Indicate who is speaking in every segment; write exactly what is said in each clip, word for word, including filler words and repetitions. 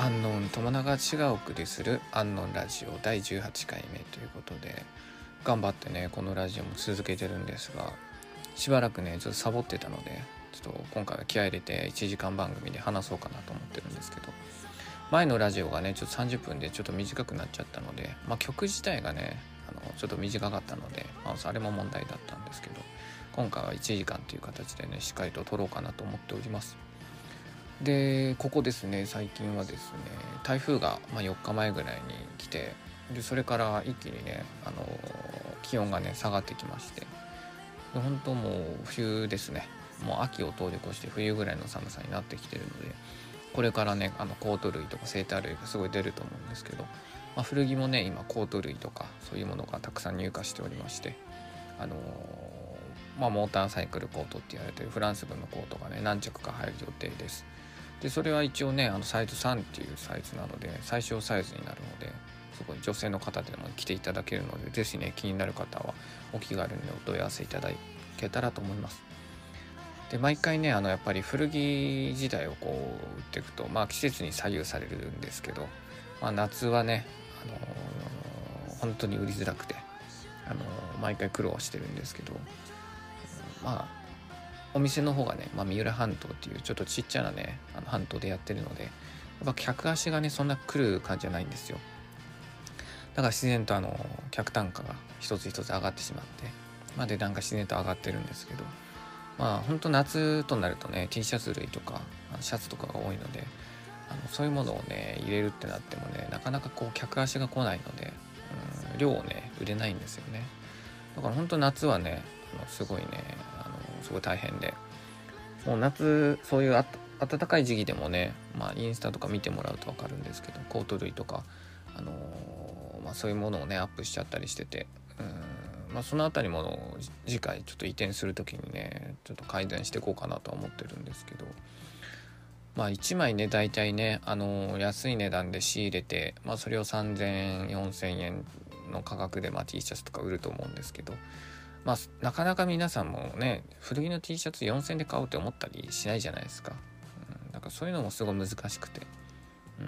Speaker 1: アンノン友永千がお送りするアンノンラジオだいじゅうはちかいめということで、頑張ってねこのラジオも続けてるんですが、しばらくねちょっとサボってたので、ちょっと今回は気合い入れていちじかん番組で話そうかなと思ってるんですけど、前のラジオがねちょっとさんじゅっぷんでちょっと短くなっちゃったので、まあ、曲自体がねあのちょっと短かったので、まあ、あれも問題だったんですけど、今回はいちじかんという形でねしっかりと撮ろうかなと思っております。でここですね、最近はですね台風がまあよっかまえぐらいに来て、でそれから一気にねあの気温がね下がってきまして、で本当もう冬ですね、もう秋を通り越して冬ぐらいの寒さになってきてるので、これからねあのコート類とかセーター類がすごい出ると思うんですけど、まあ、古着もね今コート類とかそういうものがたくさん入荷しておりまして、あのーまあ、モーターサイクルコートって言われてるフランス軍のコートがね何着か入る予定です。でそれは一応ねあのサイズさんっていうサイズなので最小サイズになるので、すごい女性の方でも着ていただけるので、ぜひね気になる方はお気軽にお問い合わせいただけたらと思います。で毎回ねあのやっぱり古着時代をこう売っていくと、まあ季節に左右されるんですけど、まあ、夏はね、あのー、本当に売りづらくて、あのー、毎回苦労してるんですけど、まあお店の方がね、まあ、三浦半島っていうちょっとちっちゃなねあの半島でやってるので、やっぱ客足がねそんな来る感じじゃないんですよ。だから自然とあの客単価が一つ一つ上がってしまって、まあ、値段が自然と上がってるんですけど、まあ本当夏となるとね T シャツ類とかシャツとかが多いので、あのそういうものをね入れるってなってもねなかなかこう客足が来ないので、うん、量をね売れないんですよね。だから本当夏はねあのすごいねあのすごい大変で、もう夏そういうあ暖かい時期でもね、まあ、インスタとか見てもらうと分かるんですけど、コート類とか、あのーまあ、そういうものをねアップしちゃったりしてて、うん、まあ、そのあたりも次回ちょっと移転するときにねちょっと改善していこうかなとは思ってるんですけど、まあいちまいねだいたいね、あのー、安い値段で仕入れて、まあ、それをさんぜんえんよんせんえんの価格で、まあ、T シャツとか売ると思うんですけど、まあ、なかなか皆さんもね古着の T シャツよんせんえんで買おうって思ったりしないじゃないですか。うん、だからそういうのもすごい難しくて、うん、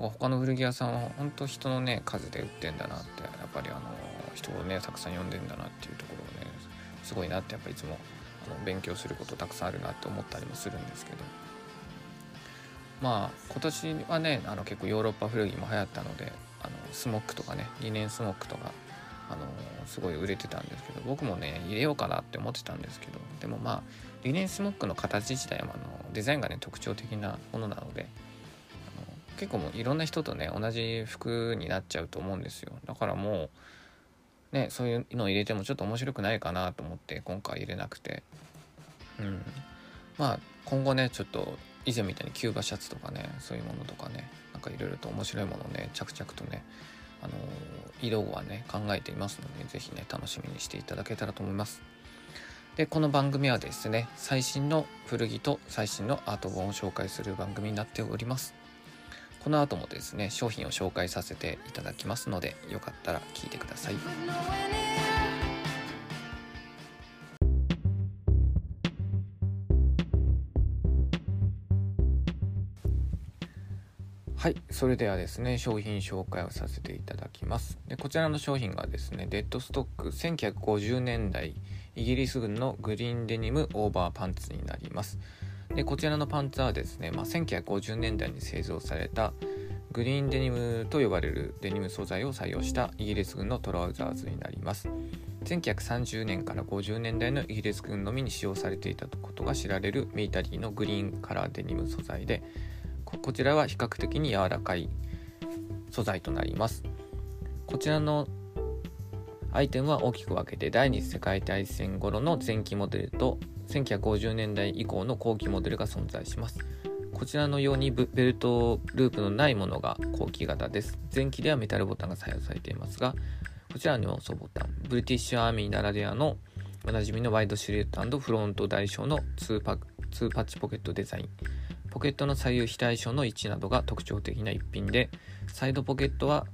Speaker 1: 他の古着屋さんは本当人のね数で売ってんだなって、やっぱりあの人をねたくさん呼んでんだなっていうところをねすごいなってやっぱいつもあの勉強することたくさんあるなって思ったりもするんですけど、まあ今年はねあの結構ヨーロッパ古着も流行ったので、あのスモックとかねリネンスモックとかあのすごい売れてたんですけど、僕もね入れようかなって思ってたんですけど、でもまあリネンスモックの形自体はあのデザインがね特徴的なものなので、あの結構もういろんな人とね同じ服になっちゃうと思うんですよ。だからもうねそういうのを入れてもちょっと面白くないかなと思って今回入れなくて、うん、まあ今後ねちょっと以前みたいにキューバシャツとかねそういうものとかねなんかいろいろと面白いものをね着々とねあの色はね考えていますので、ぜひね楽しみにしていただけたらと思います。でこの番組はですね最新の古着と最新のアート本を紹介する番組になっております。この後もですね商品を紹介させていただきますので、よかったら聞いてください。はい、それではですね商品紹介をさせていただきます。でこちらの商品がですねデッドストックせんきゅうひゃくごじゅうねんだいイギリス軍のグリーンデニムオーバーパンツになります。でこちらのパンツはですね、まあ、せんきゅうひゃくごじゅうねんだいに製造されたグリーンデニムと呼ばれるデニム素材を採用したイギリス軍のトラウザーズになります。せんきゅうひゃくさんじゅうねんからごじゅうねんだいのイギリス軍のみに使用されていたことが知られるミリタリーのグリーンカラーデニム素材で、ここちらは比較的に柔らかい素材となります。こちらのアイテムは大きく分けて第二次世界大戦頃の前期モデルとせんきゅうひゃくごじゅうねんだい以降の後期モデルが存在します。こちらのようにベルトループのないものが後期型です。前期ではメタルボタンが採用されていますが、こちらにも装ボタン、ブリティッシュアーミーならではのおなじみのワイドシルエット&フロント大小の2パ、2パッチポケットデザイン、ポケットの左右非対称の位置などが特徴的な一品で、サイドポケットは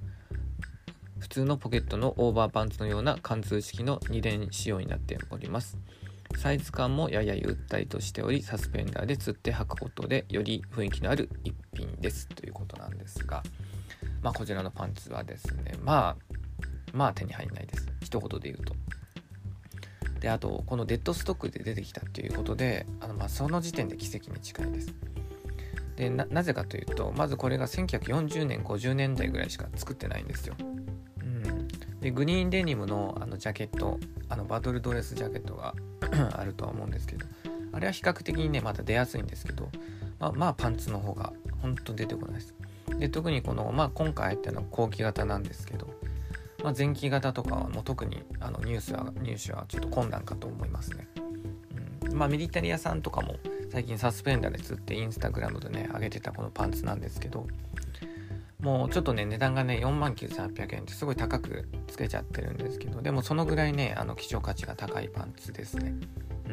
Speaker 1: 普通のポケットのオーバーパンツのような貫通式のに連仕様になっております。 サイズ感もややゆったりとしており、サスペンダーで釣って履くことでより雰囲気のある一品ですということなんですが、まあこちらのパンツはですね、まあまあ手に入んないです、一言で言うと。で、あとこのデッドストックで出てきたっていうことで、あのまあその時点で奇跡に近いです。で な, なぜかというと、まずこれがせんきゅうひゃくよんじゅうねんごじゅうねんだいぐらいしか作ってないんですよ。うん、でグリーンデニム の, あのジャケット、あのバトルドレスジャケットがあるとは思うんですけど、あれは比較的にねまだ出やすいんですけど、まあ、まあパンツの方が本当出てこないです。で特にこの、まあ、今回入ったのは後期型なんですけど、まあ、前期型とかはもう特にあのニュースは入手はちょっと困難かと思いますね。うん、まあミリタリアさんとかも最近サスペンダーで釣ってインスタグラムでね上げてたこのパンツなんですけど、もうちょっとね値段がね よんまんきゅうせんはっぴゃくえんってすごい高くつけちゃってるんですけど、でもそのぐらいねあの希少価値が高いパンツですね。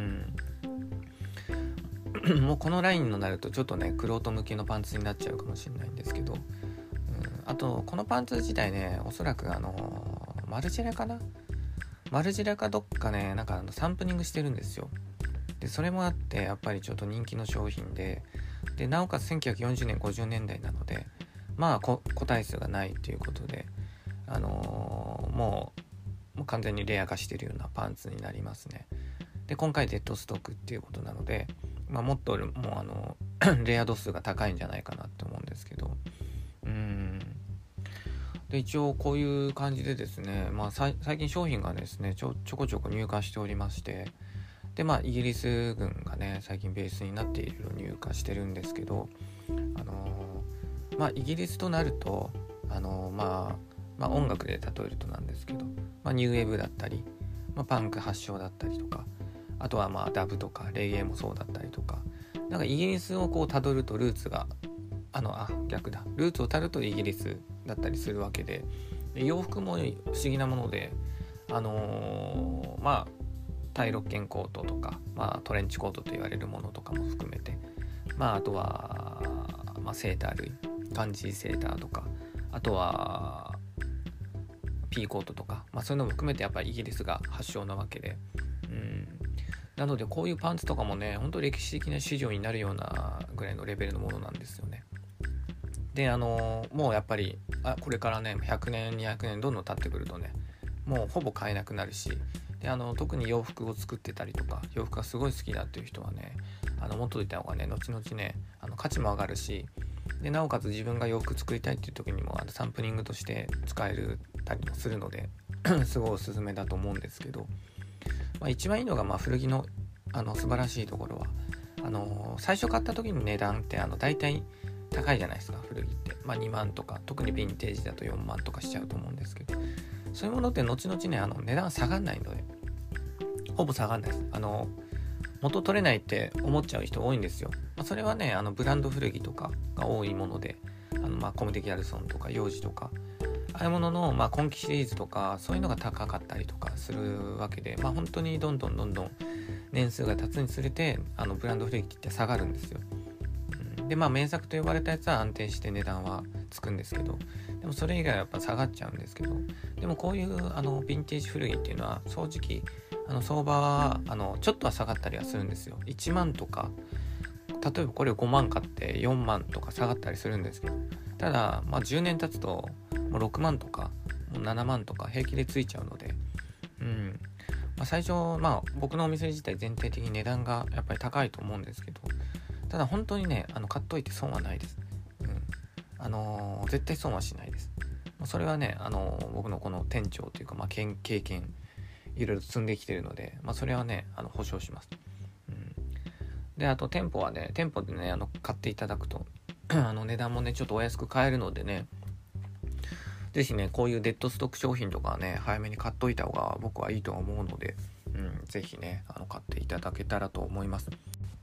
Speaker 1: うんもうこのラインになるとちょっとね玄人向けのパンツになっちゃうかもしれないんですけど、うん、あとこのパンツ自体ねおそらくあのマルジェラかなマルジェラかどっかねなんかあのサンプリングしてるんですよ。でそれもあってやっぱりちょっと人気の商品で、でなおかつせんきゅうひゃくよんじゅうねんごじゅうねんだいなので、まあ個体数がないということで、あのー、もう、もう完全にレア化しているようなパンツになりますね。で今回デッドストックっていうことなので、まあ、もっともうあのレア度数が高いんじゃないかなって思うんですけど、うーんで一応こういう感じでですね、まあ、最近商品がですねちょ、ちょこちょこ入荷しておりまして、でまあイギリス軍がね最近ベースになっている入荷してるんですけど、あのー、まあイギリスとなるとあのー、まあまあ音楽で例えるとなんですけど、まあ、ニューウェーブだったり、まあ、パンク発祥だったりとか、あとはまあダブとかレゲエもそうだったりとか、なんかイギリスをこう辿るとルーツがあのあ逆だルーツをたるとイギリスだったりするわけで、洋服も不思議なもので、あのー、まあタイロッケンコートとか、まあ、トレンチコートと言われるものとかも含めて、まあ、あとは、まあ、セーター類、ガンジーセーターとか、あとはピーコートとか、まあ、そういうのも含めてやっぱりイギリスが発祥なわけで、うん、なのでこういうパンツとかもね本当歴史的な市場になるようなぐらいのレベルのものなんですよね。であのもうやっぱりあこれからねひゃくねんにひゃくねんどんどん経ってくるとねもうほぼ買えなくなるし、であの特に洋服を作ってたりとか洋服がすごい好きだっていう人はねあの持っといた方がね後々ねあの価値も上がるし、でなおかつ自分が洋服作りたいっていう時にもあのサンプリングとして使えるたりもするのですごいおすすめだと思うんですけど、まあ、一番いいのがまあ古着のあの素晴らしいところはあの最初買った時の値段ってあの大体高いじゃないですか古着って、まあ、にまんとか特にヴィンテージだとよんまんとかしちゃうと思うんですけど、そういうものって後々ねあの値段下がんないのでほぼ下がんないです。あの元取れないって思っちゃう人多いんですよ。まあ、それはねあのブランド古着とかが多いもので、あのまあコムデ・ギャルソンとか幼児とかああいうものの、まあ、今期シリーズとかそういうのが高かったりとかするわけで、まあ本当にどんどんどんどん年数が経つにつれてあのブランド古着って下がるんですよ。うん、でまあ名作と呼ばれたやつは安定して値段はつくんですけど、でもそれ以外はやっぱ下がっちゃうんですけど、でもこういうあのヴィンテージ古着っていうのは正直あの相場はあのちょっとは下がったりはするんですよ。いちまんとか例えばこれをごまん買ってよんまんとか下がったりするんですけど、ただまあじゅうねん経つともうろくまんとかもうななまんとか平気でついちゃうので、うんまあ、最初まあ僕のお店自体全体的に値段がやっぱり高いと思うんですけど、ただ本当にねあの買っといて損はないです。うんあのー、絶対損はしないです。それはね、あのー、僕のこの店長というか、まあ、経験いろいろ積んできてるので、まあ、それはねあの保証します。うん、であと店舗はね店舗でねあの買っていただくとあの値段もねちょっとお安く買えるのでね、ぜひねこういうデッドストック商品とかはね早めに買っといた方が僕はいいと思うので、うん、ぜひねあの買っていただけたらと思います。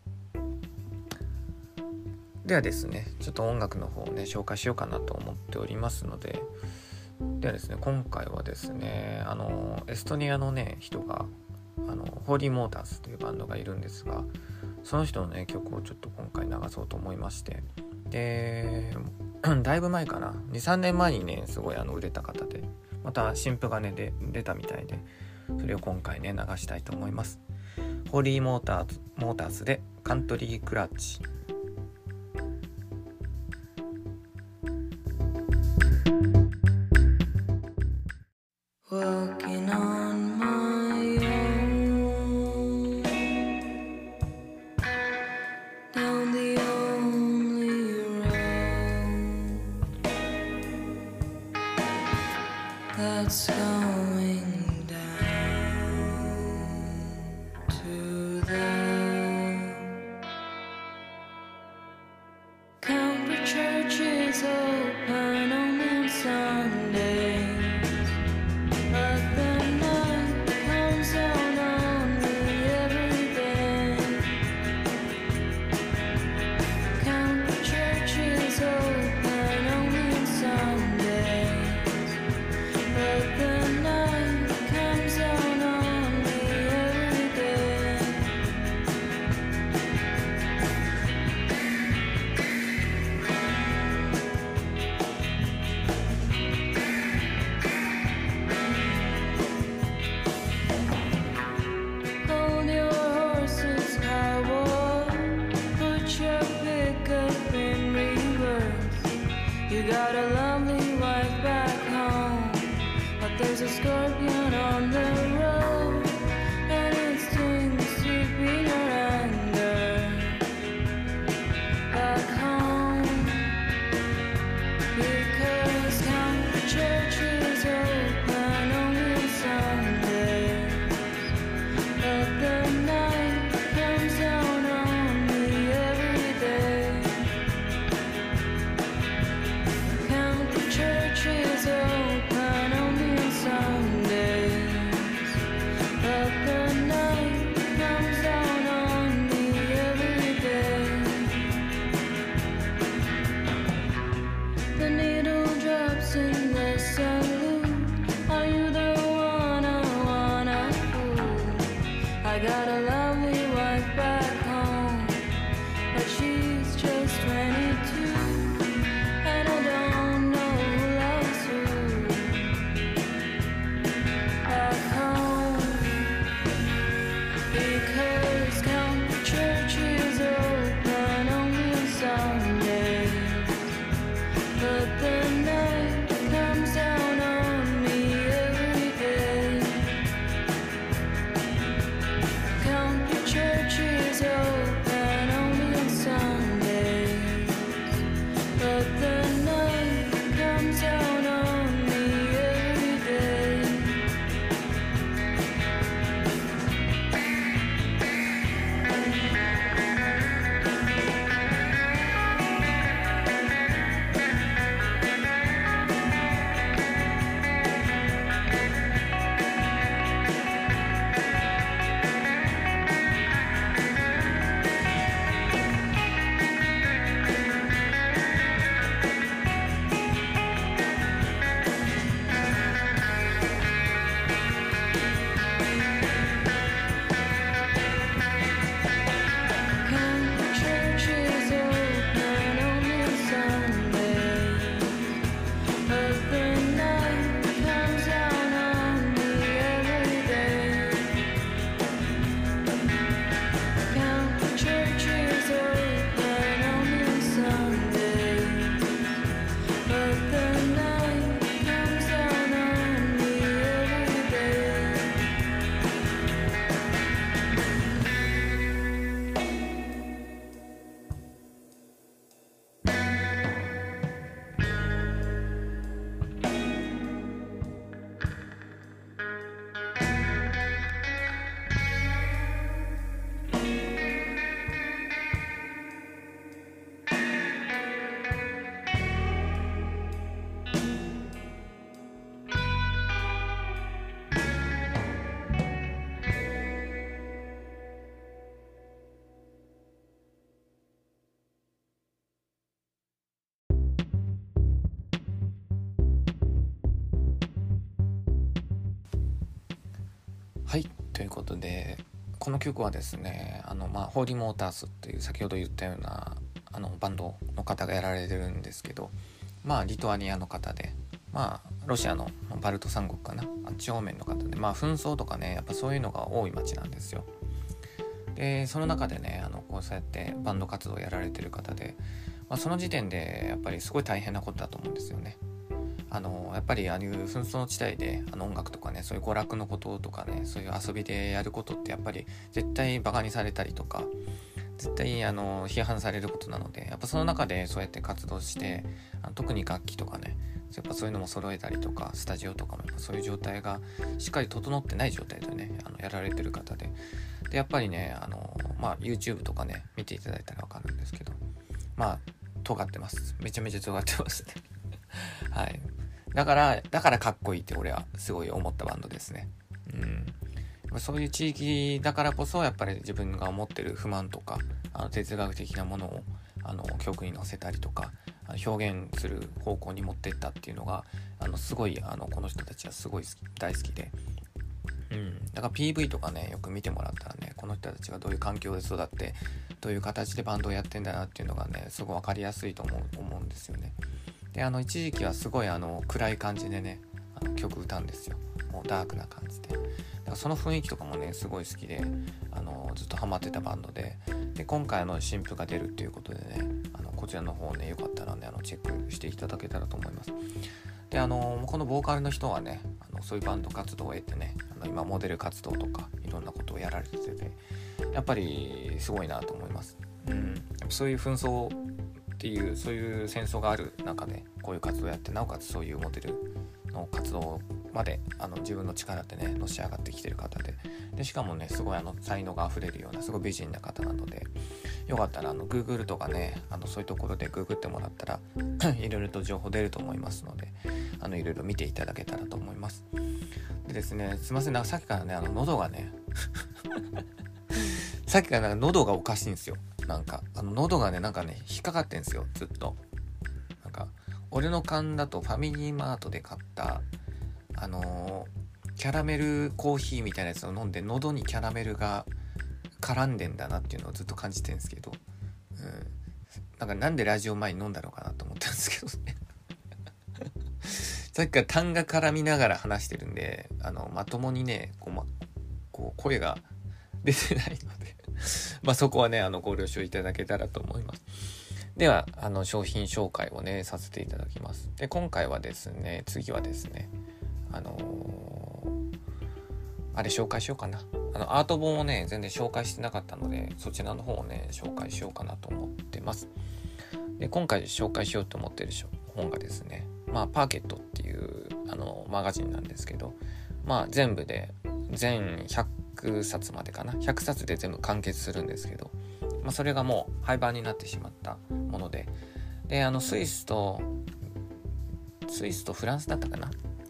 Speaker 1: ではですねちょっと音楽の方をね紹介しようかなと思っておりますので、ではですね今回はですねあのエストニアのね人があのホーリーモーターズというバンドがいるんですが、その人のね曲をちょっと今回流そうと思いまして、でだいぶ前かな に,さん 年前にねすごいあの売れた方で、また新譜がねで出たみたいで、それを今回ね流したいと思います。ホホーリーモーターズ、モーターズでカントリークラッチ。
Speaker 2: Walking on my own down the only road that's going down to the country churches open only on Sundays. But the night comes down on me every day. Count the churches open only on Sundays. But the night comes down on me every day. Hold your horses, cowboy. Put your pickup in reverse. You got a lovely wife back home, but there's a scorpion on the road, and it stings deep in your anger. Back home, because count the churches open only on Sunday. But the night comes down on me every day. Count the churches open only on Sundays. But the night comes down on me every day. The needle drops in the salute. Are you the one I wanna fool? I got a lovely wife back home, but she's just twenty-two, and I don't know who loves who. Back home, because count the churches open only on Sundays. But the night comes down on me every day. Count the churches open only on Sundays. But the night comes down on me every day. Count the churches open only on Sundays. But the night comes down on me every day. Count the churches open only on Sundays. But the night comes down on me every day.
Speaker 1: はい、ということでこの曲はですね、あのまあホーリーモータースっていう先ほど言ったようなあのバンドの方がやられてるんですけど、まあリトアニアの方で、まあロシアのバルト三国かな、あっち方面の方で、まあ紛争とかね、やっぱそういうのが多い町なんですよ。 でその中でねあのこうそうやってバンド活動をやられてる方で、まあ、その時点でやっぱりすごい大変なことだと思うんですよね。あのやっぱりああいう紛争の地帯であの音楽とかねそういう娯楽のこととかねそういう遊びでやることってやっぱり絶対バカにされたりとか絶対あの批判されることなので、やっぱその中でそうやって活動してあの特に楽器とかねやっぱそういうのも揃えたりとかスタジオとかもやっぱそういう状態がしっかり整ってない状態でねあのやられてる方で、でやっぱりねあの、まあ、YouTube とかね見ていただいたら分かるんですけど、まあ尖ってます。めちゃめちゃ尖ってますねはい。だからだからかっこいいって俺はすごい思ったバンドですね。うん、そういう地域だからこそやっぱり自分が思ってる不満とかあの哲学的なものをあの曲に乗せたりとか表現する方向に持っていったっていうのがあのすごいあのこの人たちはすごい大好きで、うん、だから ピーブイ とかねよく見てもらったらねこの人たちがどういう環境で育ってどういう形でバンドをやってんだなっていうのがねすごい分かりやすいと思う、思うんですよね。であの一時期はすごいあの暗い感じでねあの曲歌うんですよ。もうダークな感じで、だからその雰囲気とかもねすごい好きであのずっとハマってたバンドで、で今回の新譜が出るっていうことでねあのこちらの方ねよかったらねあのチェックしていただけたらと思います。であのこのボーカルの人はねあのそういうバンド活動を得てねあの今モデル活動とかいろんなことをやられててやっぱりすごいなと思います。うん、やっぱそういう紛争っていうそういう戦争がある中でこういう活動をやってなおかつそういうモデルの活動まであの自分の力でねのし上がってきてる方で、でしかもねすごいあの才能があふれるようなすごい美人な方なので、よかったらあの Google とかねあのそういうところでググってもらったらいろいろと情報出ると思いますのであのいろいろ見ていただけたらと思います。でですねすいませんなんかさっきからねあの喉がねさっきからなんか喉がおかしいんですよ。なんかあの喉がねなんかね引っかかってんですよずっと。なんか俺の勘だとファミリーマートで買ったあのー、キャラメルコーヒーみたいなやつを飲んで喉にキャラメルが絡んでんだなっていうのをずっと感じてるんですけど、うん、なんかなんでラジオ前に飲んだのかなと思ったんですけどねさっきから痰が絡みながら話してるんであのまともにねこう、ま、こう声が出てないのでまあそこはねあのご了承いただけたらと思います。ではあの商品紹介をねさせていただきます。で今回はですね次はですねあのー、あれ紹介しようかなあのアート本をね全然紹介してなかったのでそちらの方をね紹介しようかなと思ってます。で今回紹介しようと思ってる本がですねまあパーケットっていうあのマガジンなんですけど、まあ全部で全ひゃくさつまでかなひゃくさつで全部完結するんですけど、まあ、それがもう廃盤になってしまったもので、であのスイスとスイスとフランスだったかな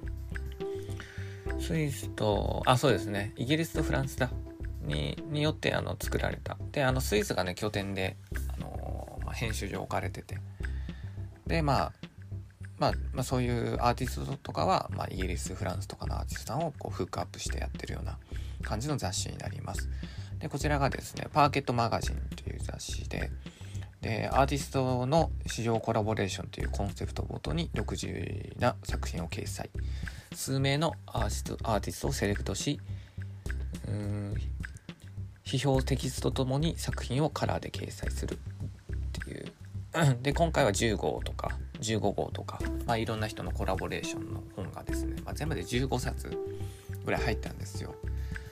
Speaker 1: スイスとあそうですねイギリスとフランスだ に, によってあの作られた。であのスイスがね拠点で、あのーまあ、編集所置かれてて、でまあまあ、まあそういうアーティストとかは、まあ、イギリスフランスとかのアーティストさんをこうフックアップしてやってるような感じの雑誌になります。でこちらがですねパーケットマガジンという雑誌で、でアーティストの市場コラボレーションというコンセプトをもとに独自な作品を掲載、数名のアーティスト、アーティストをセレクトし、うーん批評テキストともに作品をカラーで掲載するっていうで今回はじゅうごうとかじゅうごごうとか、まあ、いろんな人のコラボレーションの本がですね、まあ、全部でじゅうごさつぐらい入ったんですよ。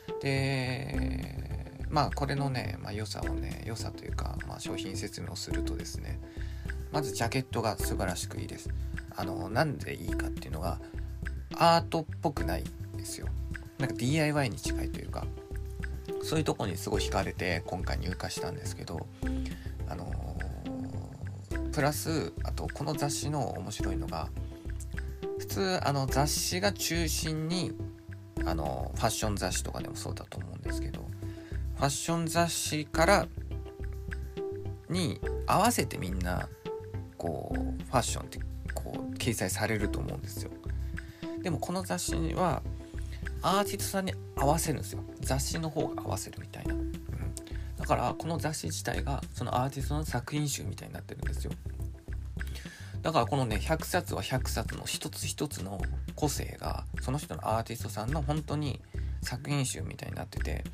Speaker 1: でまあこれのね、まあ、良さをね良さというか、まあ、商品説明をするとですね、まずジャケットが素晴らしくいいです。あのなんでいいかっていうのがアートっぽくないんですよ。なんか ディーアイワイ に近いというかそういうとこにすごい惹かれて今回入荷したんですけど、あのプラスあとこの雑誌の面白いのが普通あの雑誌が中心にあのファッション雑誌とかでもそうだと思うんですけど、ファッション雑誌からに合わせてみんなこうファッションってこう掲載されると思うんですよ。でもこの雑誌にはアーティストさんに合わせるんですよ。雑誌の方が合わせるみたいな、うん、だからこの雑誌自体がそのアーティストの作品集みたいになってるんですよ。だからこのねひゃくさつはひゃくさつの一つ一つの個性がその人のアーティストさんの本当に作品集みたいになってて、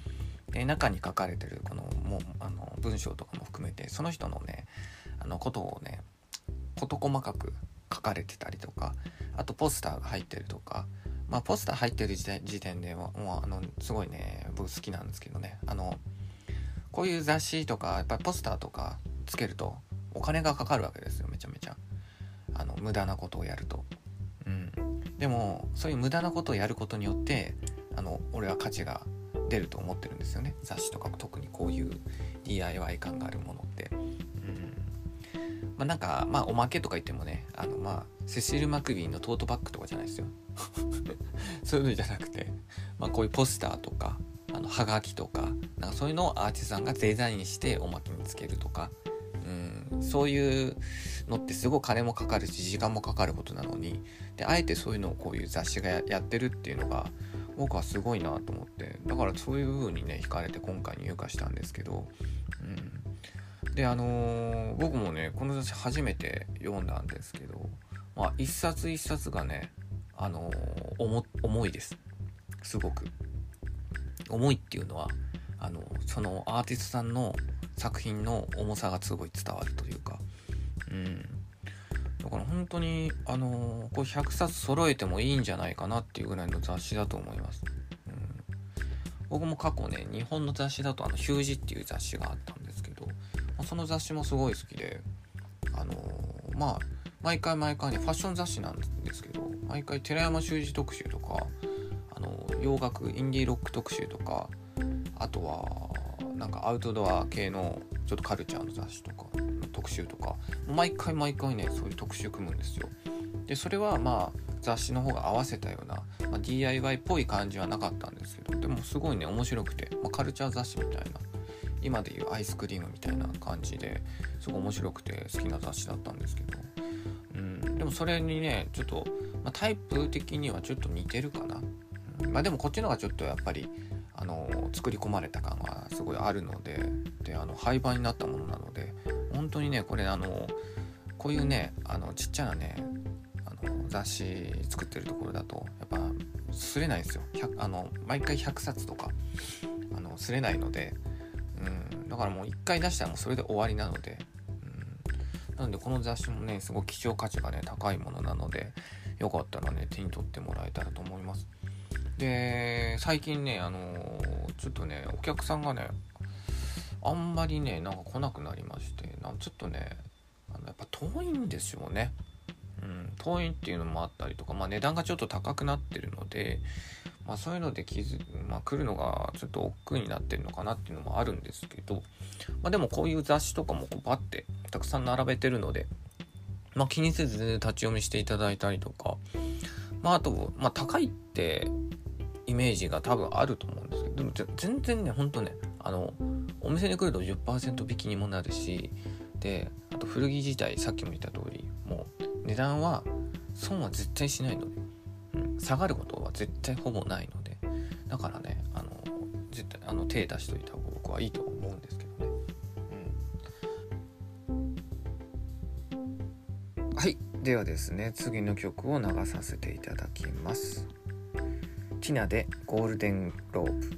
Speaker 1: で中に書かれてるこのもうあの文章とかも含めてその人のねあのことをね事細かく書かれてたりとか、あとポスターが入ってるとか、まあポスター入ってる時点時点ではもうあのすごいね僕好きなんですけどね、あのこういう雑誌とかやっぱりポスターとかつけるとお金がかかるわけですよ、めちゃめちゃあの無駄なことをやると。うん、でもそういう無駄なことをやることによってあの俺は価値が出ると思ってるんですよね、雑誌とか特にこういう ディーアイワイ 感があるものって。まあ、なんかまあおまけとか言ってもね、あのまあセシル・マクビーのトートバッグとかじゃないですよそういうのじゃなくて、まあこういうポスターとかあのハガキとかなんかそういうのをアーティストさんがデザインしておまけにつけるとか、うん、そういうのってすごい金もかかるし時間もかかることなのに、であえてそういうのをこういう雑誌が や, やってるっていうのが僕はすごいなと思って、だからそういう風にね惹かれて今回入荷したんですけど、うんであのー、僕もねこの雑誌初めて読んだんですけど、まあ一冊一冊がね、あのー、重, 重いです。すごく重いっていうのはあのそのアーティストさんの作品の重さがすごい伝わるというか、うんだから本当にあのー、こうひゃくさつ揃えてもいいんじゃないかなっていうぐらいの雑誌だと思います。うん、僕も過去ね日本の雑誌だとあのヒュージっていう雑誌があったんですけど、その雑誌もすごい好きで、あのー、まあ毎回毎回ねファッション雑誌なんですけど、毎回寺山修司特集とか、あのー、洋楽インディーロック特集とか、あとはなんかアウトドア系のちょっとカルチャーの雑誌とかの特集とか、毎回毎回ねそういう特集組むんですよ。でそれはまあ雑誌の方が合わせたような、まあ、ディーアイワイ っぽい感じはなかったんですけど、でもすごいね面白くて、まあ、カルチャー雑誌みたいな、今でいうアイスクリームみたいな感じですごい面白くて好きな雑誌だったんですけど、うん、でもそれにねちょっと、まあ、タイプ的にはちょっと似てるかな、うん、まあでもこっちの方がちょっとやっぱりあの作り込まれた感がすごいあるので、であの廃盤になったものなので本当にねこれあのこういうねあのちっちゃなねあの雑誌作ってるところだとやっぱ刷れないんですよ。あの毎回ひゃくさつとかあの刷れないので、うん、だからもういっかい出したらもうそれで終わりなので、うん、なのでこの雑誌もねすごい希少価値がね高いものなので、よかったらね手に取ってもらえたらと思います。で最近ねあのー、ちょっとねお客さんがねあんまりねなんか来なくなりまして、なんかちょっとねあのやっぱ遠いんですよね。うん、遠いっていうのもあったりとか、まあ、値段がちょっと高くなってるので、まあ、そういうので気づ、まあ、来るのがちょっと億劫になってるのかなっていうのもあるんですけど、まあ、でもこういう雑誌とかもこうバッてたくさん並べてるので、まあ、気にせず立ち読みしていただいたりとか、まあ、あと、まあ、高いってイメージが多分あると思うんですけど、でも全然ねほんとねあのお店に来ると じゅっパーセント 引きにもなるし、であと古着自体さっきも言った通りもう値段は損は絶対しないので、うん、下がることは絶対ほぼないので、だからねあの絶対あの手出しといた方が僕はいいと思うんですけどね、うん、はい。ではですね次の曲を流させていただきます。ティナでゴールデンロープ。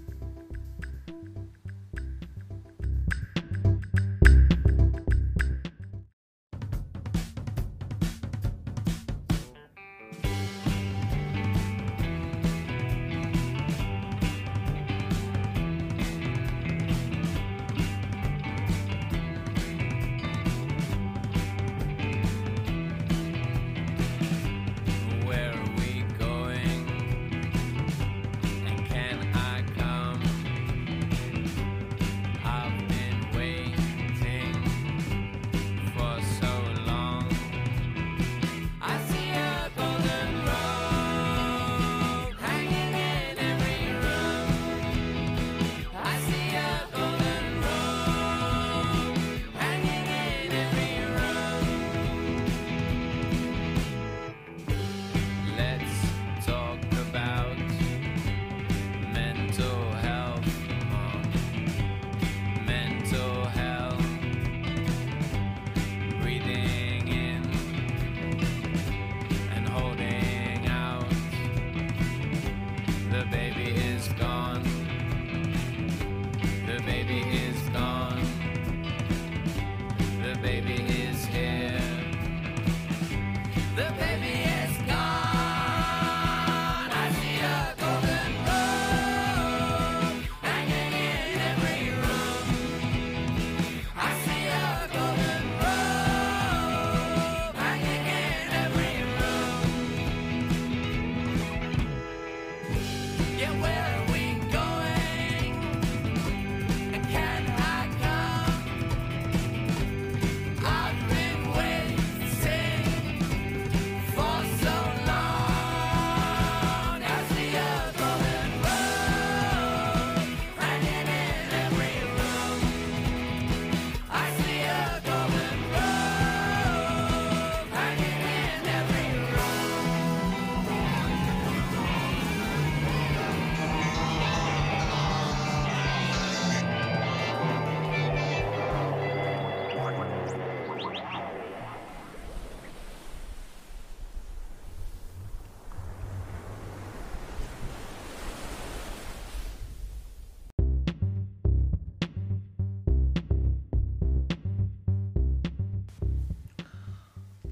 Speaker 3: Where are we going? And can I come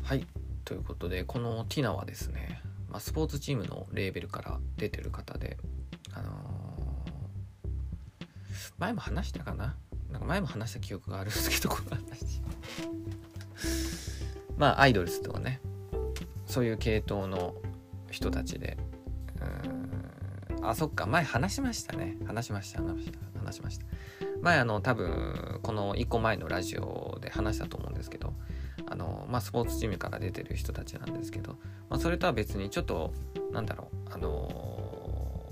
Speaker 1: はい、ということでこのティナはですね、まあ、スポーツチームのレーベルから出てる方で、あのー、前も話したかななんか前も話した記憶があるんですけど、この話まあアイドルスとはね、そういう系統の人たちで、うーんあそっか前話しましたね話しました話しました話しました前あの多分このいっこまえのラジオで話したと思うんですけど、あのまあスポーツチームから出てる人たちなんですけど、まあ、それとは別にちょっとなんだろうあの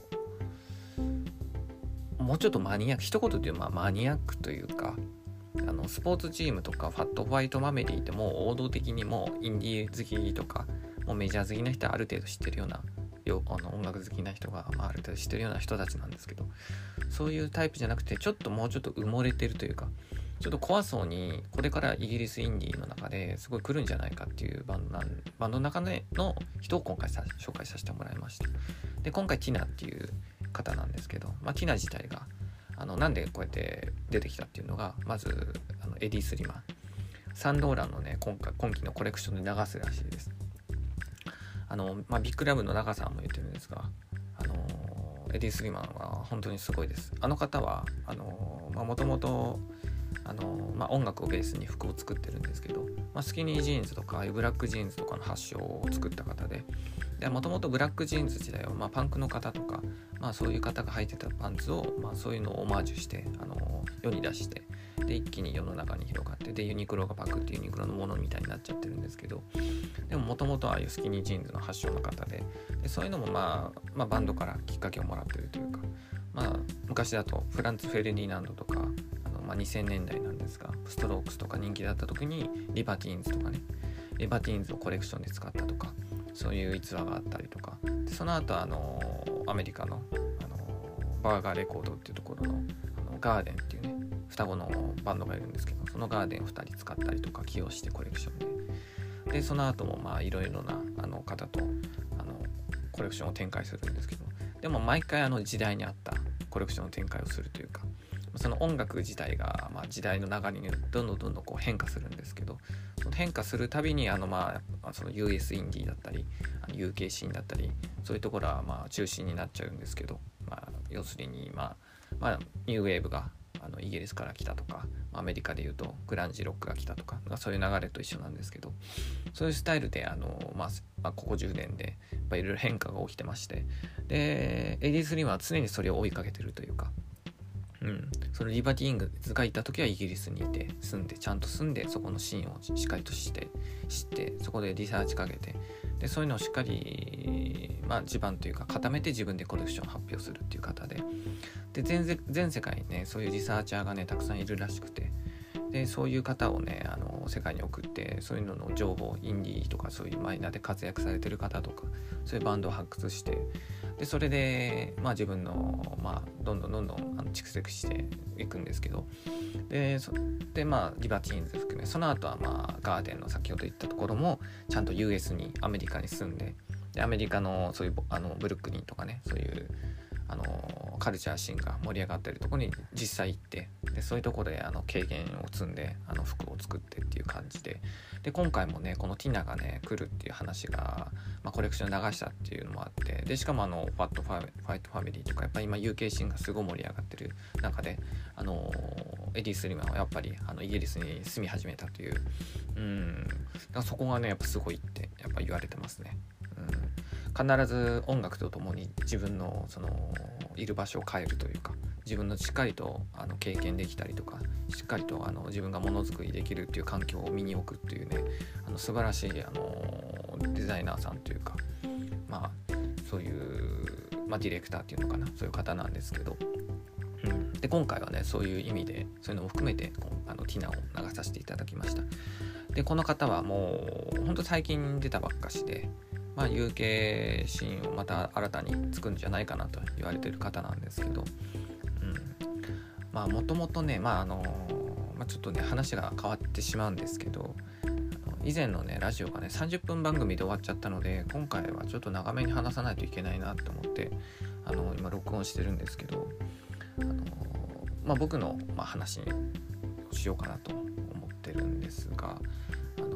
Speaker 1: ー、もうちょっとマニアック一言で言うまあマニアックというか、あのスポーツチームとかファットファイトマメリーってもう王道的にもうインディー好きとかもうメジャー好きな人はある程度知ってるようなあの音楽好きな人が、まあ、ある程度知ってるような人たちなんですけど、そういうタイプじゃなくてちょっともうちょっと埋もれてるというか、ちょっと怖そうにこれからイギリスインディーの中ですごい来るんじゃないかっていうバンドなんバンドの中での人を今回さ紹介させてもらいました。で今回ティナっていう方なんですけど、まあ、ティナ自体があのなんでこうやって出てきたっていうのが、まずあのエディ・スリマンサンローランのね今回今期のコレクションで流すらしいです。あの、まあ、ビッグラブの中さんも言ってるんですが、あのエディ・スリマンは本当にすごいです。あの方はあのもともとあの、まあ、音楽をベースに服を作ってるんですけど、まあ、スキニージーンズとかブラックジーンズとかの発祥を作った方で、もともとブラックジーンズ時代は、まあ、パンクの方とか、まあ、そういう方が履いてたパンツを、まあ、そういうのをオマージュしてあの世に出して、で一気に世の中に広がって、でユニクロがパクってユニクロのものみたいになっちゃってるんですけど、でももともとああいうスキニージーンズの発祥の方で、でそういうのも、まあ、まあバンドからきっかけをもらってるというか、まあ昔だとフランツ・フェルディナンドとかあの、まあ、にせんねんだいなんですがストロークスとか人気だった時にリバティーンズとかねリバティーンズをコレクションで使ったとか、そういう逸話があったりとかで、その後あのアメリカの、あのバーガーレコードっていうところの、あのガーデンっていうね双子のバンドがいるんですけど、そのガーデンをふたり使ったりとか起用してコレクションで、でその後もまあいろいろなあの方とあのコレクションを展開するんですけど、でも毎回あの時代に合ったコレクションの展開をするというか、その音楽自体がまあ時代の流れにどんどんどんどんこう変化するんですけど、その変化するたびにあのまあその ユーエス インディーだったり ユーケー シーンだったりそういうところはまあ中心になっちゃうんですけど、まあ要するにまあまあニューウェーブがあのイギリスから来たとか、アメリカでいうとグランジロックが来たとか、そういう流れと一緒なんですけど、そういうスタイルであの、まあ、ここじゅうねんでやっぱいろいろ変化が起きてまして、でエディ・スリマは常にそれを追いかけてるというか、うん、そのリバティーンズがいた時はイギリスにいて住んでちゃんと住んでそこのシーンをしっかりとして知ってそこでリサーチかけて、でそういうのをしっかり、まあ、地盤というか固めて自分でコレクションを発表するっていう方で、で 全, 全世界にねそういうリサーチャーがねたくさんいるらしくて、でそういう方をねあの世界に送って、そういうのの情報インディーとかそういうマイナーで活躍されてる方とかそういうバンドを発掘して、でそれで、まあ、自分の、まあ、どんどんどんどんあの蓄積していくんですけど、でそでまあリバティーンズ含めその後はまあガーデンの先ほど言ったところもちゃんと ユーエス にアメリカに住んで、でアメリカのそういうあのブルックリンとかねそういうあのカルチャーシーンが盛り上がってるところに実際行って、でそういうところであの経験を積んであの服を作ってっていう感じで、で今回もねこのティナがね来るっていう話が、まあ、コレクション流したっていうのもあって、でしかもあのファットファファイトファミリーとかやっぱり今 ユーケー シーンがすごい盛り上がってる中で、あのエディ・スリマンはやっぱりあのイギリスに住み始めたという、うん、だからそこがねやっぱすごいってやっぱ言われてますね。うん、必ず音楽とともに自分のそのいる場所を変えるというか、自分のしっかりとあの経験できたりとか、しっかりとあの自分がものづくりできるっていう環境を身に置くっていうね、あの素晴らしいあのデザイナーさんというか、まあそういう、まあ、ディレクターっていうのかな、そういう方なんですけど、うん、で今回はねそういう意味でそういうのも含めてあのティナを流させていただきました。でこの方はもうほんと最近出たばっかしで、まあ、ユーケー シーンをまた新たに作るんじゃないかなと言われてる方なんですけど、うん、まあもともとね、まああのまあ、ちょっとね話が変わってしまうんですけど、以前のねラジオがねさんじゅっぷん番組で終わっちゃったので、今回はちょっと長めに話さないといけないなと思ってあの今録音してるんですけど、あの、まあ、僕の、まあ、話をしようかなと思ってるんですが、あの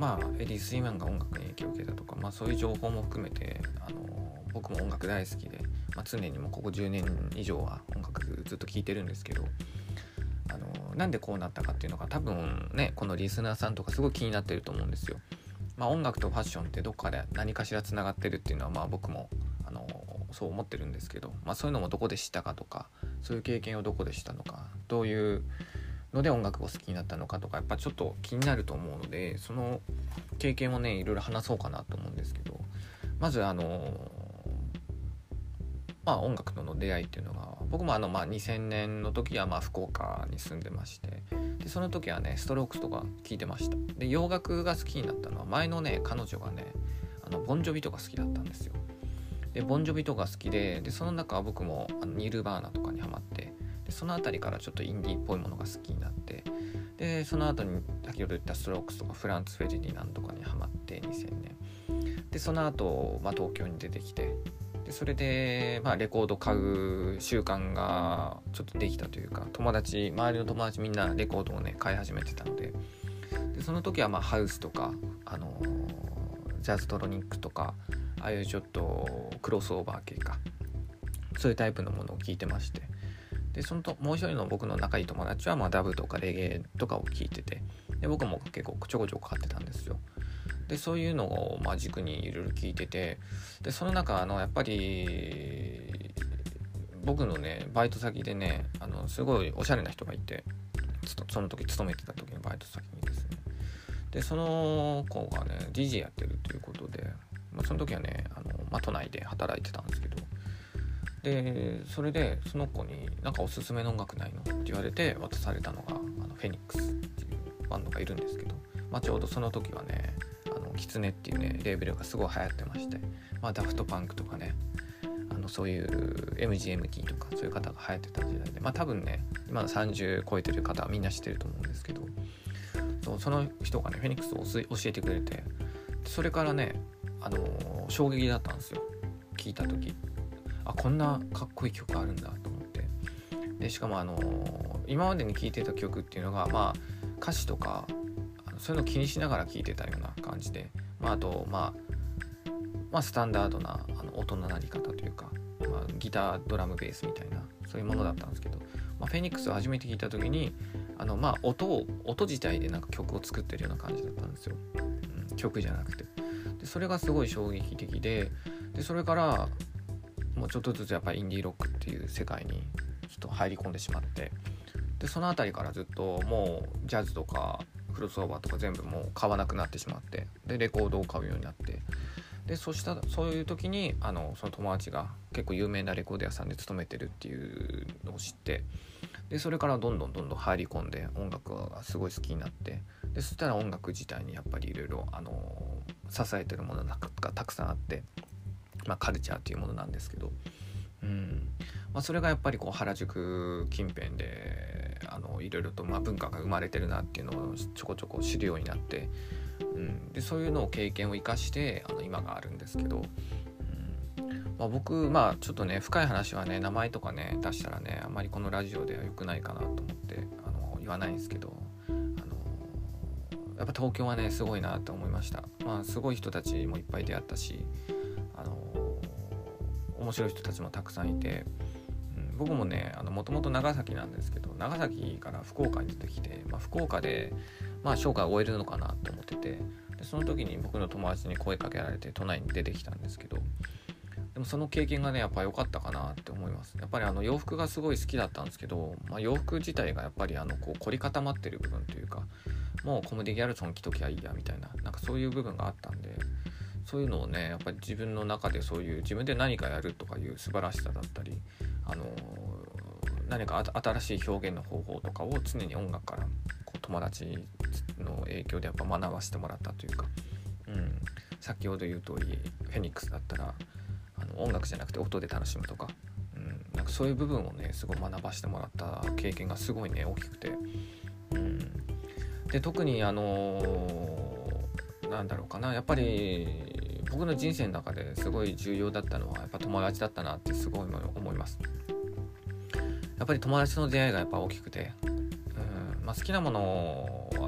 Speaker 1: まあエディ・スリーマンが音楽に影響を受けたとか、まあ、そういう情報も含めてあの僕も音楽大好きで、まあ、常にもうここじゅうねん以上は音楽ずっと聴いてるんですけど、あのなんでこうなったかっていうのが多分ねこのリスナーさんとかすごい気になってると思うんですよ。まあ、音楽とファッションってどっかで何かしらつながってるっていうのはまあ僕もあのそう思ってるんですけど、まあ、そういうのもどこで知ったかとか、そういう経験をどこでしたのか、どういうので音楽を好きになったのかとか、やっぱちょっと気になると思うので、その経験をねいろいろ話そうかなと思うんですけど、まずあのまあ音楽との出会いっていうのが、僕もあのまあにせんねんの時はまあ福岡に住んでまして、でその時はねストロークスとか聴いてました。で洋楽が好きになったのは前のね彼女がねあのボンジョビとか好きだったんですよ。でボンジョビとか好きで、でその中は僕もあのニルバーナとかにハマって、でそのあたりからちょっとインディーっぽいものが好きになって、でその後に先ほど言ったストロークスとかフランツ・フェルディナンドとかにハマってにせんねんで、その後、まあ東京に出てきて、でそれで、まあ、レコード買う習慣がちょっとできたというか、友達周りの友達みんなレコードをね買い始めてたので、でその時はまあハウスとか、あのー、ジャズトロニックとか、ああいうちょっとクロスオーバー系か、そういうタイプのものを聞いてまして、でそのともう一人の僕の仲いい友達はまあダブとかレゲエとかを聞いてて、で僕も結構ちょこちょこ買ってたんですよ。でそういうのをまあ軸にいろいろ聞いてて、でその中あのやっぱり僕のねバイト先でねあのすごいおしゃれな人がいて、その時勤めてた時のバイト先にですね、でその子がね ディージェー やってるということで、まあ、その時はねあの、まあ、都内で働いてたんですけど、でそれでその子になんかおすすめの音楽ないのって言われて渡されたのがあのフェニックスっていうバンドがいるんですけど、まあ、ちょうどその時はねあのキツネっていうねレーベルがすごい流行ってまして、まあ、ダフトパンクとかねあのそういう エムジーエムティー とかそういう方が流行ってた時代で、まあ多分ね今のさんじゅう超えてる方はみんな知ってると思うんですけど、そうその人がねフェニックスを教えてくれて、それからねあのー、衝撃だったんですよ聞いた時。あこんなかっこいい曲あるんだと思って、でしかもあのー、今までに聴いてた曲っていうのがまあ歌詞とかあのそういうの気にしながら聴いてたような感じで、まああとまあまあスタンダードなあの音の鳴り方というか、まあ、ギタードラムベースみたいなそういうものだったんですけど、まあ、フェニックスを初めて聴いた時にあのまあ音を音自体でなんか曲を作ってるような感じだったんですよ、うん、曲じゃなくて。でそれがすごい衝撃的で、でそれからもうちょっとずつやっぱりインディーロックっていう世界にちょっと入り込んでしまって、でそのあたりからずっともうジャズとかクロスオーバーとか全部もう買わなくなってしまって、でレコードを買うようになって、でそしたそういう時にあのその友達が結構有名なレコード屋さんで勤めてるっていうのを知って、でそれからどんどんどんどん入り込んで音楽がすごい好きになって、でそしたら音楽自体にやっぱりいろいろあの支えてるものがたくさんあって、まあ、カルチャーっていうものなんですけど、うんまあ、それがやっぱりこう原宿近辺であのいろいろとまあ文化が生まれてるなっていうのをちょこちょこ知るようになって、うん、でそういうのを経験を生かしてあの今があるんですけど、うんまあ、僕まあちょっとね深い話はね名前とかね出したらねあんまりこのラジオでは良くないかなと思ってあの言わないんですけど、あのやっぱ東京はねすごいなと思いました。まあすごい人たちもいっぱい出会ったし、あの面白い人たちもたくさんいて、うん、僕もねもともと長崎なんですけど、長崎から福岡に出てきて、まあ、福岡で、まあ、生涯を終えるのかなと思ってて、でその時に僕の友達に声かけられて都内に出てきたんですけど、でもその経験がねやっぱ良かったかなって思います。やっぱりあの洋服がすごい好きだったんですけど、まあ、洋服自体がやっぱりあのこう凝り固まってる部分というか、もうコムデ・ギャルソン着ときゃいいやみたいな、なんかそういう部分があったんで、そういうのをねやっぱり自分の中でそういう自分で何かやるとかいう素晴らしさだったり、あのー、何か新しい表現の方法とかを常に音楽からこう友達の影響でやっぱ学ばせてもらったというか、うん、先ほど言う通りフェニックスだったらあの音楽じゃなくて音で楽しむとか、うん、なんかそういう部分をねすごい学ばせてもらった経験がすごいね大きくて、うん、で特にあのー、なんだろうかな、やっぱり僕の人生の中ですごい重要だったのはやっぱ友達だったなってすごい思います。やっぱり友達の出会いがやっぱ大きくて、うんまあ、好きなものは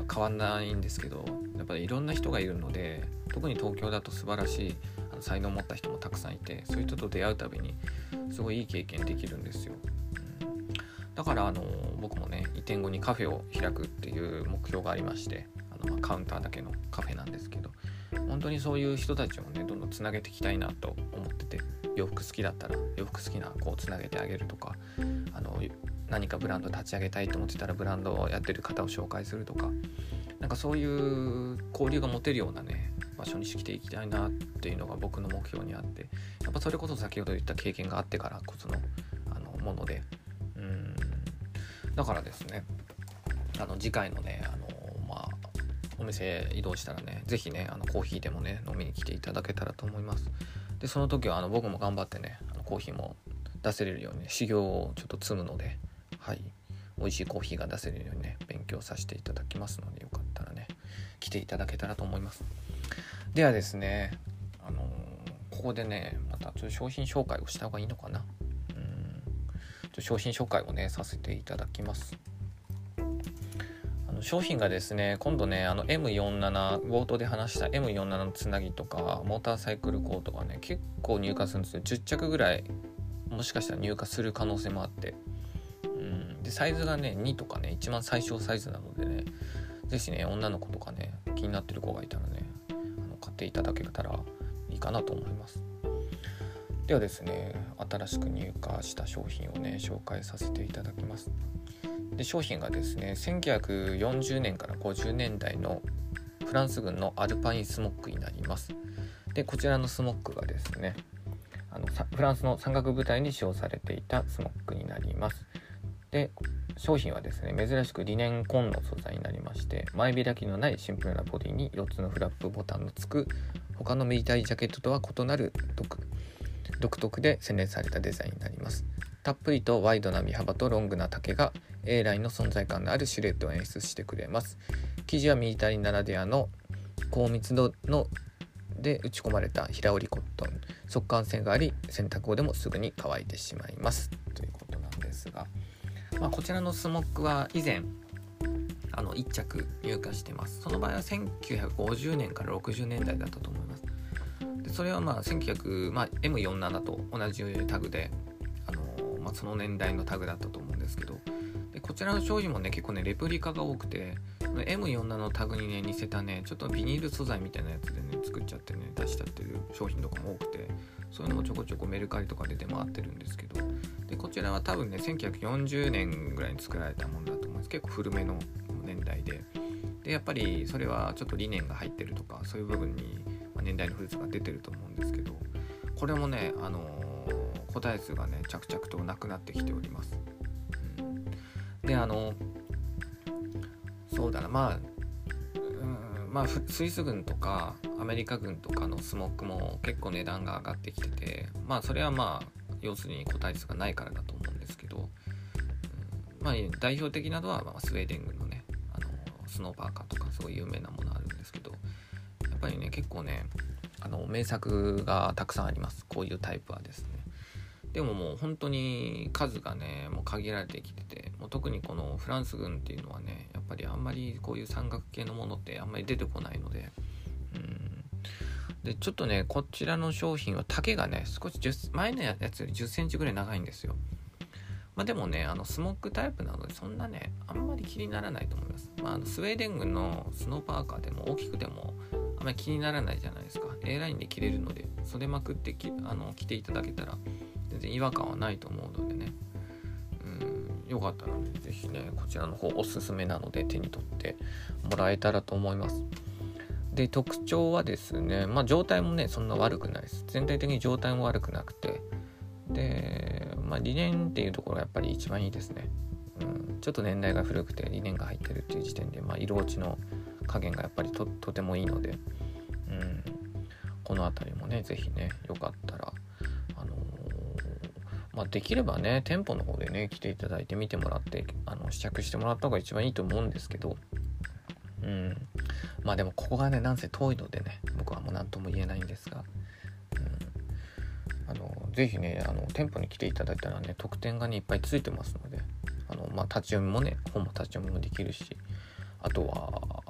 Speaker 1: は変わんないんですけど、やっぱりいろんな人がいるので、特に東京だと素晴らしいあの才能を持った人もたくさんいて、そういう人と出会うたびにすごいいい経験できるんですよ。うん、だからあの僕もね移転後にカフェを開くっていう目標がありまして、あの、まあ、カウンターだけのカフェなんですけど、本当にそういう人たちをねどんどんつなげていきたいなと思ってて、洋服好きだったら洋服好きな子をつなげてあげるとか、あの何かブランド立ち上げたいと思ってたらブランドをやってる方を紹介するとか、なんかそういう交流が持てるようなね場所にしていきたいなっていうのが僕の目標にあって、やっぱそれこそ先ほど言った経験があってからこそのあのもので、うーんだからですね、あの次回のねあのまあお店移動したらね、ぜひねあのコーヒーでもね飲みに来ていただけたらと思います。でその時はあの僕も頑張ってねあのコーヒーも出せれるように、ね、修行をちょっと積むので、はい、美味しいコーヒーが出せるようにね勉強させていただきますので、よかったらね来ていただけたらと思います。ではですね、あのー、ここでねまたちょっと商品紹介をした方がいいのかな。うーんちょっと商品紹介をねさせていただきます。あの商品がですね、今度ねあの エムよんじゅうなな 冒頭で話した エムよんじゅうなな のつなぎとかモーターサイクルコートがね結構入荷するんですよ。じゅっちゃくぐらいもしかしたら入荷する可能性もあって、うんでサイズがねにとかね一番最小サイズなのでね、ぜひね女の子とかね気になってる子がいたらねあの買っていただけたらいいかなと思います。ではですね、新しく入荷した商品をね紹介させていただきます。で商品がですね、せんきゅうひゃくよんじゅうねんからごじゅうねんだいのフランス軍のアルパインスモックになります。でこちらのスモックがですね、あのフランスの山岳部隊に使用されていたスモックになります。で商品はですね、珍しくリネン紺の素材になりまして、前開きのないシンプルなボディによっつのフラップボタンのつく他のミリタリージャケットとは異なる 独, 独特で洗練されたデザインになります。たっぷりとワイドな身幅とロングな丈が A ラインの存在感のあるシルエットを演出してくれます。生地はミリタリーならではの高密度ので打ち込まれた平織りコットン、速乾性があり洗濯後でもすぐに乾いてしまいますということなんですが、まあ、こちらのスモックは以前あのいっちゃく入荷してます。その場合はせんきゅうひゃくごじゅうねんからろくじゅうねんだいだったと思います。でそれはまあせんきゅうひゃく、まあ、エムよんじゅうなな と同じタグで、あのーまあ、その年代のタグだったと思うんですけど、でこちらの商品もね結構ねレプリカが多くて、 エムよんじゅうなな のタグにね似せたねちょっとビニール素材みたいなやつでね作っちゃってね出しちゃってる商品とかも多くて、そういうのもちょこちょこメルカリとかで出回ってるんですけど、でこちらは多分ねせんきゅうひゃくよんじゅうねんぐらいに作られたものだと思うんです。結構古めの年代で、でやっぱりそれはちょっと理念が入ってるとかそういう部分に年代の古さが出てると思うんですけど、これもねあのー、個体数がね着々となくなってきております。うん、であのそうだなまあまあ、スイス軍とかアメリカ軍とかのスモックも結構値段が上がってきてて、まあそれはまあ要するに個体数がないからだと思うんですけど、うん、まあ代表的なのはまあスウェーデン軍のねあのスノーパーカーとかすごい有名なものあるんですけど、やっぱりね結構ねあの名作がたくさんあります。こういうタイプはですね。でももう本当に数がねもう限られてきてて、もう特にこのフランス軍っていうのはねやっぱりあんまりこういう山岳系のものってあんまり出てこないので、うんでちょっとねこちらの商品は丈がね少しじゅう前のやつよりじゅっセンチぐらい長いんですよ。まあでもねあのスモックタイプなのでそんなねあんまり気にならないと思います。まあ、あのスウェーデン軍のスノーパーカーでも大きくてもあんまり気にならないじゃないですか。 A ラインで着れるので袖まくってきあの着ていただけたら全然違和感はないと思うのでね、うんよかったらねぜひねこちらの方おすすめなので手に取ってもらえたらと思います。で特徴はですね、まあ状態もねそんな悪くないです。全体的に状態も悪くなくて、でまあリネンっていうところがやっぱり一番いいですね。うん、ちょっと年代が古くてリネンが入ってるっていう時点で、まあ、色落ちの加減がやっぱり と, とてもいいので、うん、このあたりもねぜひねよかったらあのーまあ、できればね店舗の方でね来ていただいて見てもらってあの試着してもらった方が一番いいと思うんですけど、うん、まあでもここがねなんせ遠いのでね僕はもう何とも言えないんですが、うん、あのぜひねあの店舗に来ていただいたらね特典がねいっぱいついてますので、あの、まあ、立ち読みもね本も立ち読みもできるし、あとは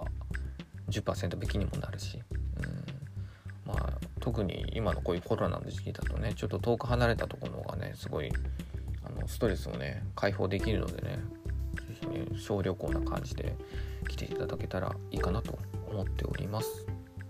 Speaker 1: じゅっパーセント 引きにもなるし、うん、まあ特に今のこういうコロナの時期だとね、ちょっと遠く離れたところの方がねすごいあのストレスをね解放できるのでね、ぜひね小旅行な感じで来ていただけたらいいかなと思っております。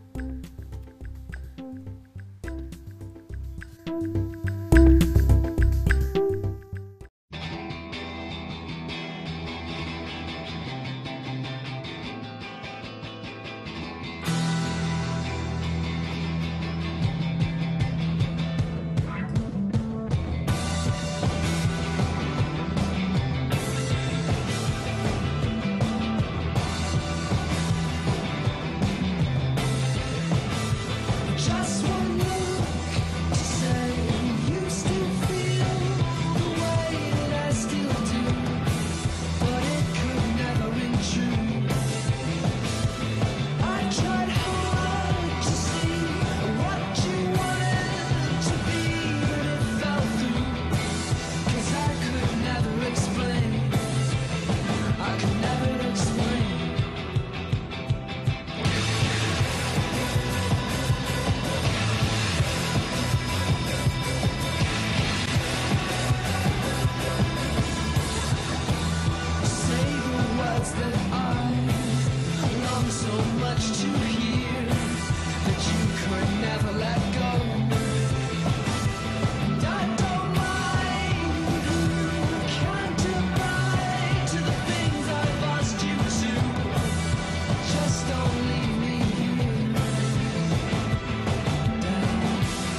Speaker 2: Just one look to say you still feel the way that I still do, but it could never ring true. I tried hard to see what you wanted to be, but it fell through, 'cause I could never explain, I could never explain. Say the words that I long so much to hear, that you could never let go. And I don't mind who can't abide to the things I've asked you to. Just don't leave me here. Down.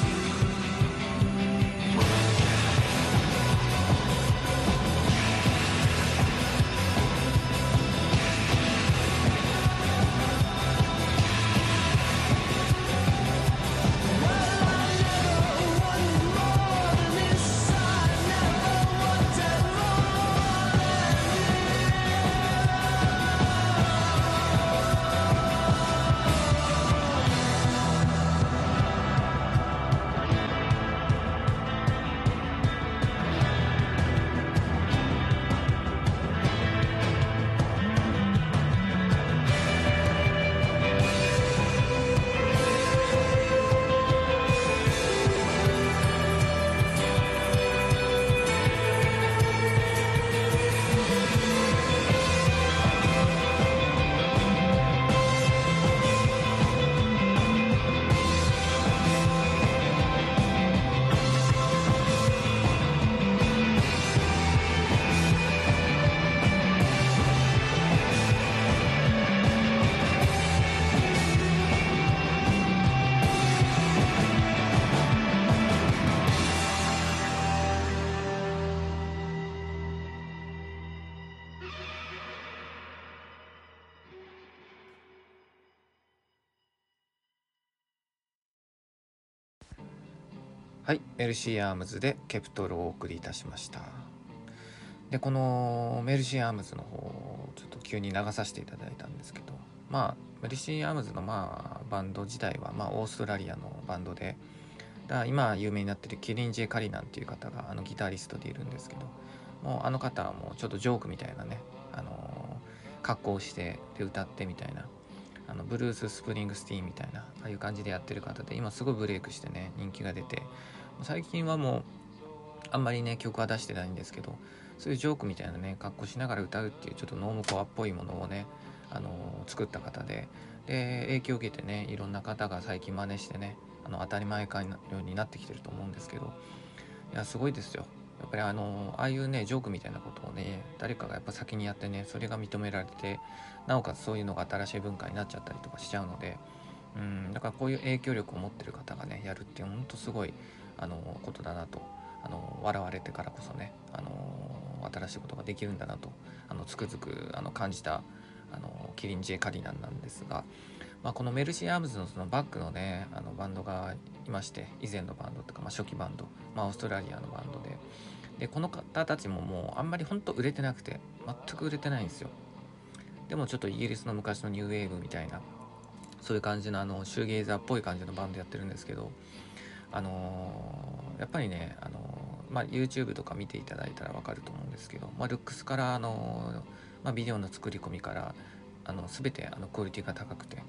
Speaker 1: はい、メルシーアームズでケプトルをお送りいたしました。でこのメルシーアームズの方ちょっと急に流させていただいたんですけど、まあメルシーアームズのまあバンド自体はまあオーストラリアのバンドで、だから今有名になってるキリン・ジェ・カリナンっていう方があのギタリストでいるんですけど、もうあの方はもうちょっとジョークみたいなね、あの格好をしてで歌ってみたいな、あのブルース・スプリングスティーンみたいなああいう感じでやってる方で、今すごいブレイクしてね人気が出て、最近はもうあんまりね曲は出してないんですけど、そういうジョークみたいなね格好しながら歌うっていうちょっとノームコアっぽいものをね、あのー作った方で、で影響を受けてねいろんな方が最近真似してね、あの当たり前かのようになってきてると思うんですけど、いやすごいですよ。やっぱりあのああいうねジョークみたいなことをね誰かがやっぱ先にやってね、それが認められて、なおかつそういうのが新しい文化になっちゃったりとかしちゃうので、うんだからこういう影響力を持ってる方がねやるっていう本当すごいあのことだなと、あの笑われてからこそね、あの新しいことができるんだなと、あのつくづくあの感じたあのキリン・ジェ・カリナンなんですが、まあ、このメルシーアームズのそのバックのねあのバンドがいまして、以前のバンドとか、まあ、初期バンド、まあ、オーストラリアのバンドで、でこの方たちももうあんまり本当売れてなくて、全く売れてないんですよ。でもちょっとイギリスの昔のニューウェーブみたいな、そういう感じのあのシューゲイザーっぽい感じのバンドやってるんですけど、あのー、やっぱりね、あのーまあ、YouTube とか見ていただいたら分かると思うんですけど、まあ、ルックスから、あのーまあ、ビデオの作り込みからあの全てあのクオリティが高くて、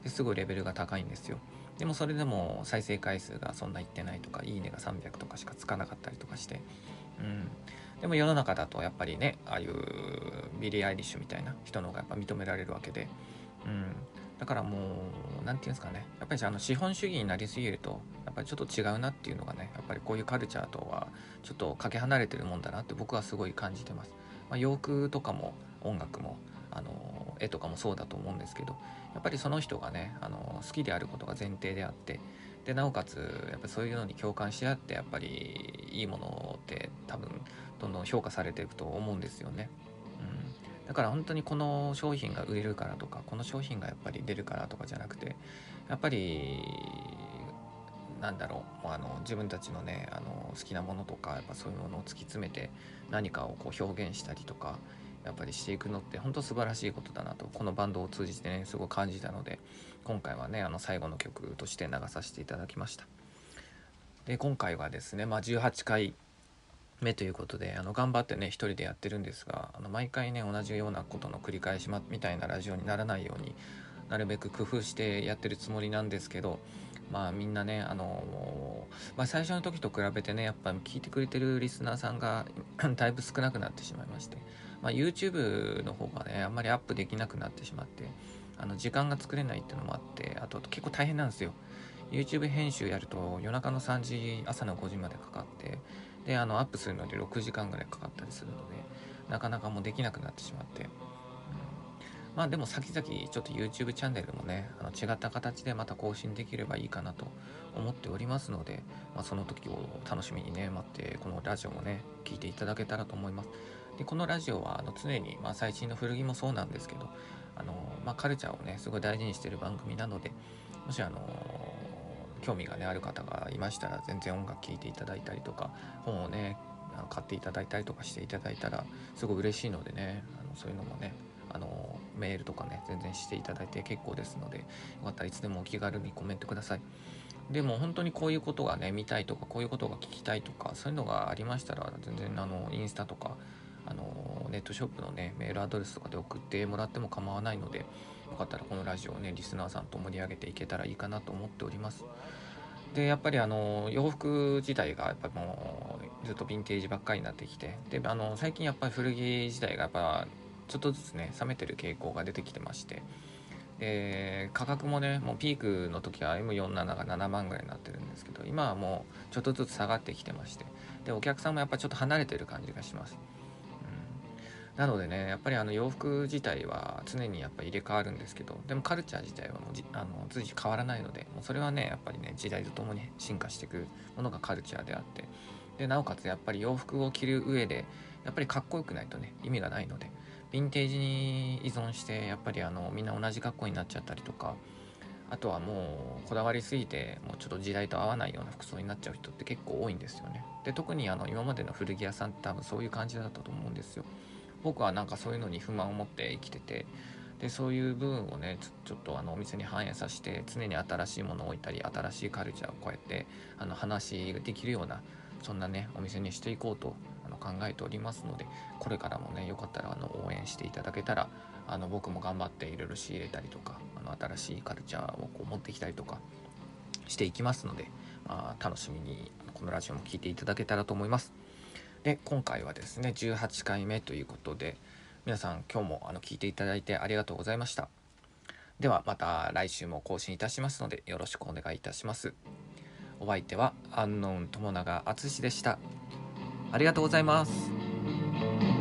Speaker 1: ですごいレベルが高いんですよ。でもそれでも再生回数がそんないってないとか、いいねがさんびゃくとかしかつかなかったりとかして、うん、でも世の中だとやっぱりね、ああいうビリー・アイリッシュみたいな人の方がやっぱ認められるわけで、うん、だからもうなんていうんですかね、やっぱりあの資本主義になりすぎるとやっぱりちょっと違うなっていうのがね、やっぱりこういうカルチャーとはちょっとかけ離れてるもんだなって僕はすごい感じてます。まあ、洋服とかも音楽もあの絵とかもそうだと思うんですけど、やっぱりその人がね、あの好きであることが前提であって、でなおかつやっぱりそういうのに共感し合って、やっぱりいいものって多分どんどん評価されていくと思うんですよね。うん、だから本当にこの商品が売れるからとか、この商品がやっぱり出るからとかじゃなくて、やっぱりなんだろう、あの自分たちのね、あの好きなものとか、やっぱそういうものを突き詰めて何かをこう表現したりとかやっぱりしていくのって本当素晴らしいことだなと、このバンドを通じてねすごい感じたので、今回はねあの最後の曲として流させていただきました。で今回はですね、まあ、じゅうはちかいめということで、あの頑張ってね一人でやってるんですが、あの毎回ね同じようなことの繰り返しみたいなラジオにならないようになるべく工夫してやってるつもりなんですけど、まあみんなね、あのまあ、最初の時と比べてね、やっぱ聞いてくれてるリスナーさんがだいぶ少なくなってしまいまして、まあ、YouTube の方がねあんまりアップできなくなってしまって、あの時間が作れないっていうのもあって、あと結構大変なんですよ。 YouTube 編集やると夜中のさんじ、朝のごじまでかかって、であのアップするのにろくじかんぐらいかかったりするので、なかなかもうできなくなってしまって、うん、まあでも先々ちょっと YouTube チャンネルもね、あの違った形でまた更新できればいいかなと思っておりますので、まあ、その時を楽しみにね待って、このラジオもね聞いていただけたらと思います。でこのラジオはあの常に、まあ、最新の古着もそうなんですけど、あの、まあ、カルチャーをねすごい大事にしている番組なので、もしあの興味がねある方がいましたら、全然音楽聴いていただいたりとか、本をね買っていただいたりとかしていただいたらすごい嬉しいのでね、あのそういうのもね、あのメールとかね全然していただいて結構ですので、よかったらいつでもお気軽にコメントください。でも本当にこういうことがね見たいとか、こういうことが聞きたいとか、そういうのがありましたら、全然あのインスタとかあのネットショップのねメールアドレスとかで送ってもらっても構わないので、よかったらこのラジオをねリスナーさんと盛り上げていけたらいいかなと思っております。でやっぱりあの洋服自体がやっぱもうずっとヴィンテージばっかりになってきて、であの最近やっぱり古着自体がやっぱちょっとずつね冷めてる傾向が出てきてまして、で価格もねもうピークの時は エムよんじゅうなな がななまんぐらいになってるんですけど、今はもうちょっとずつ下がってきてまして、でお客さんもやっぱちょっと離れてる感じがします。なのでね、やっぱりあの洋服自体は常にやっぱ入れ替わるんですけど、でもカルチャー自体はもうじあの随時変わらないので、もうそれはねやっぱりね時代とともに進化していくものがカルチャーであって、でなおかつやっぱり洋服を着る上でやっぱりかっこよくないとね意味がないので、ヴィンテージに依存してやっぱりあのみんな同じ格好になっちゃったりとか、あとはもうこだわりすぎてもうちょっと時代と合わないような服装になっちゃう人って結構多いんですよね。で特にあの今までの古着屋さんって多分そういう感じだったと思うんですよ。僕はなんかそういうのに不満を持って生きてて、でそういう部分をねちょっとあのお店に反映させて、常に新しいものを置いたり、新しいカルチャーをこうやってあの話ができるような、そんなねお店にしていこうとあの考えておりますので、これからもねよかったらあの応援していただけたら、あの僕も頑張っていろいろ仕入れたりとか、あの新しいカルチャーをこう持ってきたりとかしていきますので、まあ、楽しみにこのラジオも聞いていただけたらと思います。で今回はですねじゅうはちかいめということで、皆さん今日もあの聞いていただいてありがとうございました。ではまた来週も更新いたしますので、よろしくお願いいたします。お相手はアンノーン友永敦でした。ありがとうございます。